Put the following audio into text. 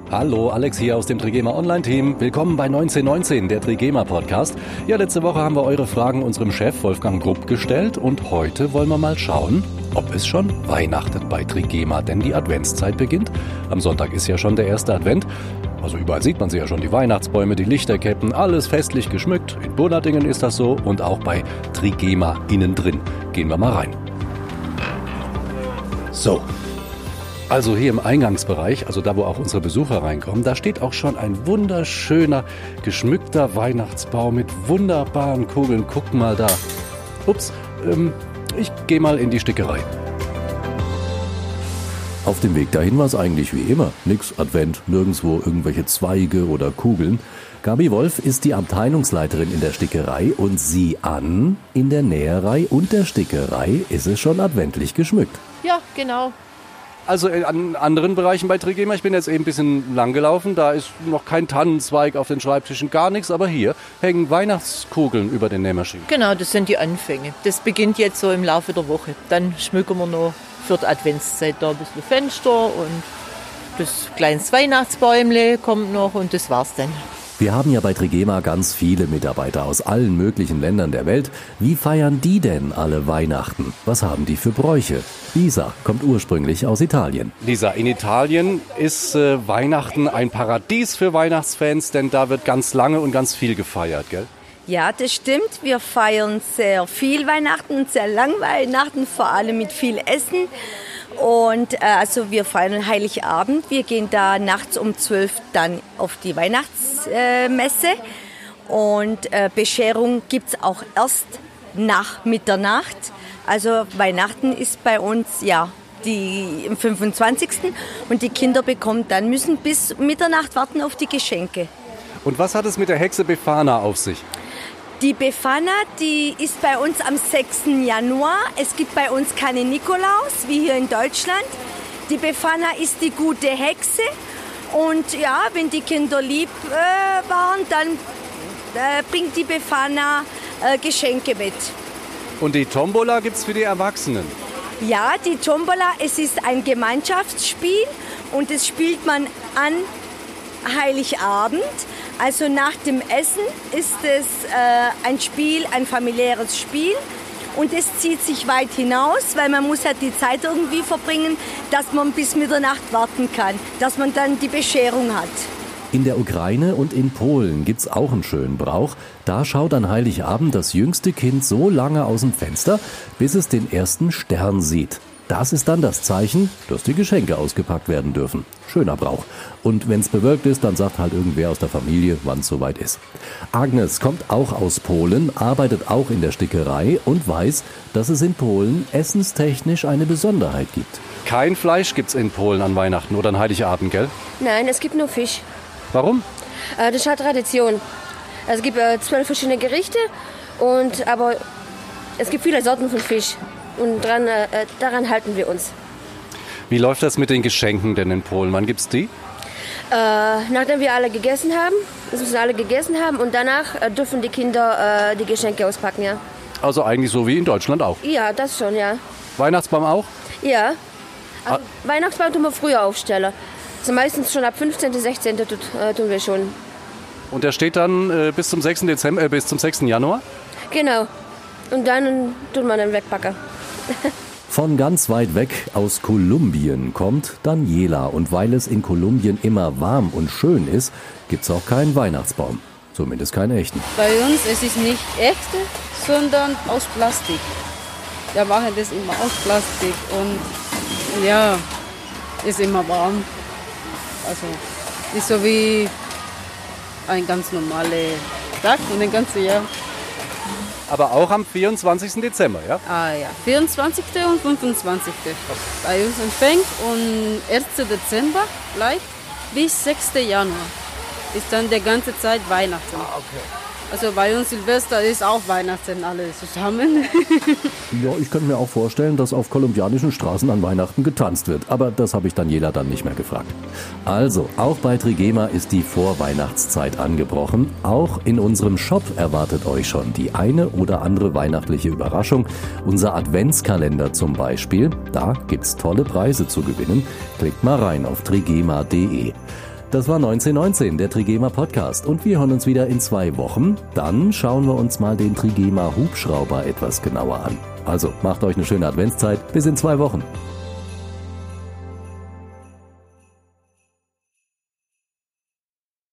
Hallo, Alex hier aus dem Trigema Online-Team. Willkommen bei 1919, der Trigema-Podcast. Ja, letzte Woche haben wir eure Fragen unserem Chef Wolfgang Grupp gestellt und heute wollen wir mal schauen, ob es schon weihnachtet bei Trigema, denn die Adventszeit beginnt. Am Sonntag ist ja schon der erste Advent. Also überall sieht man sie ja schon, die Weihnachtsbäume, die Lichterketten, alles festlich geschmückt. In Burnerdingen ist das so und auch bei Trigema innen drin. Gehen wir mal rein. So. Also hier im Eingangsbereich, also da, wo auch unsere Besucher reinkommen, da steht auch schon ein wunderschöner, geschmückter Weihnachtsbaum mit wunderbaren Kugeln. Guck mal da. Ups, ich gehe mal in die Stickerei. Auf dem Weg dahin war es eigentlich wie immer. Nix Advent, nirgendwo irgendwelche Zweige oder Kugeln. Gabi Wolf ist die Abteilungsleiterin in der Stickerei und sieh an, in der Näherei und der Stickerei ist es schon adventlich geschmückt. Ja, genau. Also an anderen Bereichen bei Trigema, ich bin jetzt eben ein bisschen lang gelaufen, da ist noch kein Tannenzweig auf den Schreibtischen, gar nichts, aber hier hängen Weihnachtskugeln über den Nähmaschinen. Genau, das sind die Anfänge. Das beginnt jetzt so im Laufe der Woche. Dann schmücken wir noch für die Adventszeit da ein bisschen Fenster und das kleines Weihnachtsbäumle kommt noch und das war's dann. Wir haben ja bei Trigema ganz viele Mitarbeiter aus allen möglichen Ländern der Welt. Wie feiern die denn alle Weihnachten? Was haben die für Bräuche? Lisa kommt ursprünglich aus Italien. Lisa, in Italien ist Weihnachten ein Paradies für Weihnachtsfans, denn da wird ganz lange und ganz viel gefeiert, gell? Ja, das stimmt. Wir feiern sehr viel Weihnachten, sehr lang Weihnachten, vor allem mit viel Essen. Und also wir feiern Heiligabend. Wir gehen da nachts um 12 dann auf die Weihnachtsmesse. Und Bescherung gibt's auch erst nach Mitternacht. Also Weihnachten ist bei uns ja am 25. Und die Kinder müssen bis Mitternacht warten auf die Geschenke. Und was hat es mit der Hexe Befana auf sich? Die Befana, die ist bei uns am 6. Januar. Es gibt bei uns keine Nikolaus, wie hier in Deutschland. Die Befana ist die gute Hexe. Und ja, wenn die Kinder lieb waren, dann bringt die Befana Geschenke mit. Und die Tombola gibt's für die Erwachsenen? Ja, die Tombola, es ist ein Gemeinschaftsspiel und das spielt man an Heiligabend. Also nach dem Essen ist es ein familiäres Spiel und es zieht sich weit hinaus, weil man muss halt die Zeit irgendwie verbringen, dass man bis Mitternacht warten kann, dass man dann die Bescherung hat. In der Ukraine und in Polen gibt's auch einen schönen Brauch. Da schaut an Heiligabend das jüngste Kind so lange aus dem Fenster, bis es den ersten Stern sieht. Das ist dann das Zeichen, dass die Geschenke ausgepackt werden dürfen. Schöner Brauch. Und wenn's bewölkt ist, dann sagt halt irgendwer aus der Familie, wann es soweit ist. Agnes kommt auch aus Polen, arbeitet auch in der Stickerei und weiß, dass es in Polen essenstechnisch eine Besonderheit gibt. Kein Fleisch gibt's in Polen an Weihnachten oder an Heiligabend, gell? Nein, es gibt nur Fisch. Warum? Das ist halt Tradition. Es gibt 12 verschiedene Gerichte, aber es gibt viele Sorten von Fisch. Und daran halten wir uns. Wie läuft das mit den Geschenken denn in Polen? Wann gibt's die? Nachdem wir alle gegessen haben, das müssen alle gegessen haben und danach dürfen die Kinder die Geschenke auspacken, ja. Also eigentlich so wie in Deutschland auch? Ja, das schon, ja. Weihnachtsbaum auch? Ja. Also Weihnachtsbaum tun wir früher aufstellen. Also meistens schon ab 15., 16. tun wir schon. Und der steht dann bis zum 6. Januar? Genau. Und dann tut man den wegpacken. Von ganz weit weg aus Kolumbien kommt Daniela und weil es in Kolumbien immer warm und schön ist, gibt's auch keinen Weihnachtsbaum. Zumindest keinen echten. Bei uns ist es nicht echt, sondern aus Plastik. Wir machen das immer aus Plastik und ja, ist immer warm. Also ist so wie ein ganz normaler Tag in dem ganzen Jahr. Aber auch am 24. Dezember, ja? Ah ja, 24. und 25. Bei uns fängt und 1. Dezember bleibt bis 6. Januar. Ist dann die ganze Zeit Weihnachten. Ah, okay. Also bei uns Silvester ist auch Weihnachten alle zusammen. Ja, ich könnte mir auch vorstellen, dass auf kolumbianischen Straßen an Weihnachten getanzt wird. Aber das habe ich Daniela dann nicht mehr gefragt. Also, auch bei Trigema ist die Vorweihnachtszeit angebrochen. Auch in unserem Shop erwartet euch schon die eine oder andere weihnachtliche Überraschung. Unser Adventskalender zum Beispiel. Da gibt's tolle Preise zu gewinnen. Klickt mal rein auf trigema.de. Das war 1919, der Trigema Podcast. Und wir hören uns wieder in 2 Wochen. Dann schauen wir uns mal den Trigema Hubschrauber etwas genauer an. Also macht euch eine schöne Adventszeit. Bis in 2 Wochen.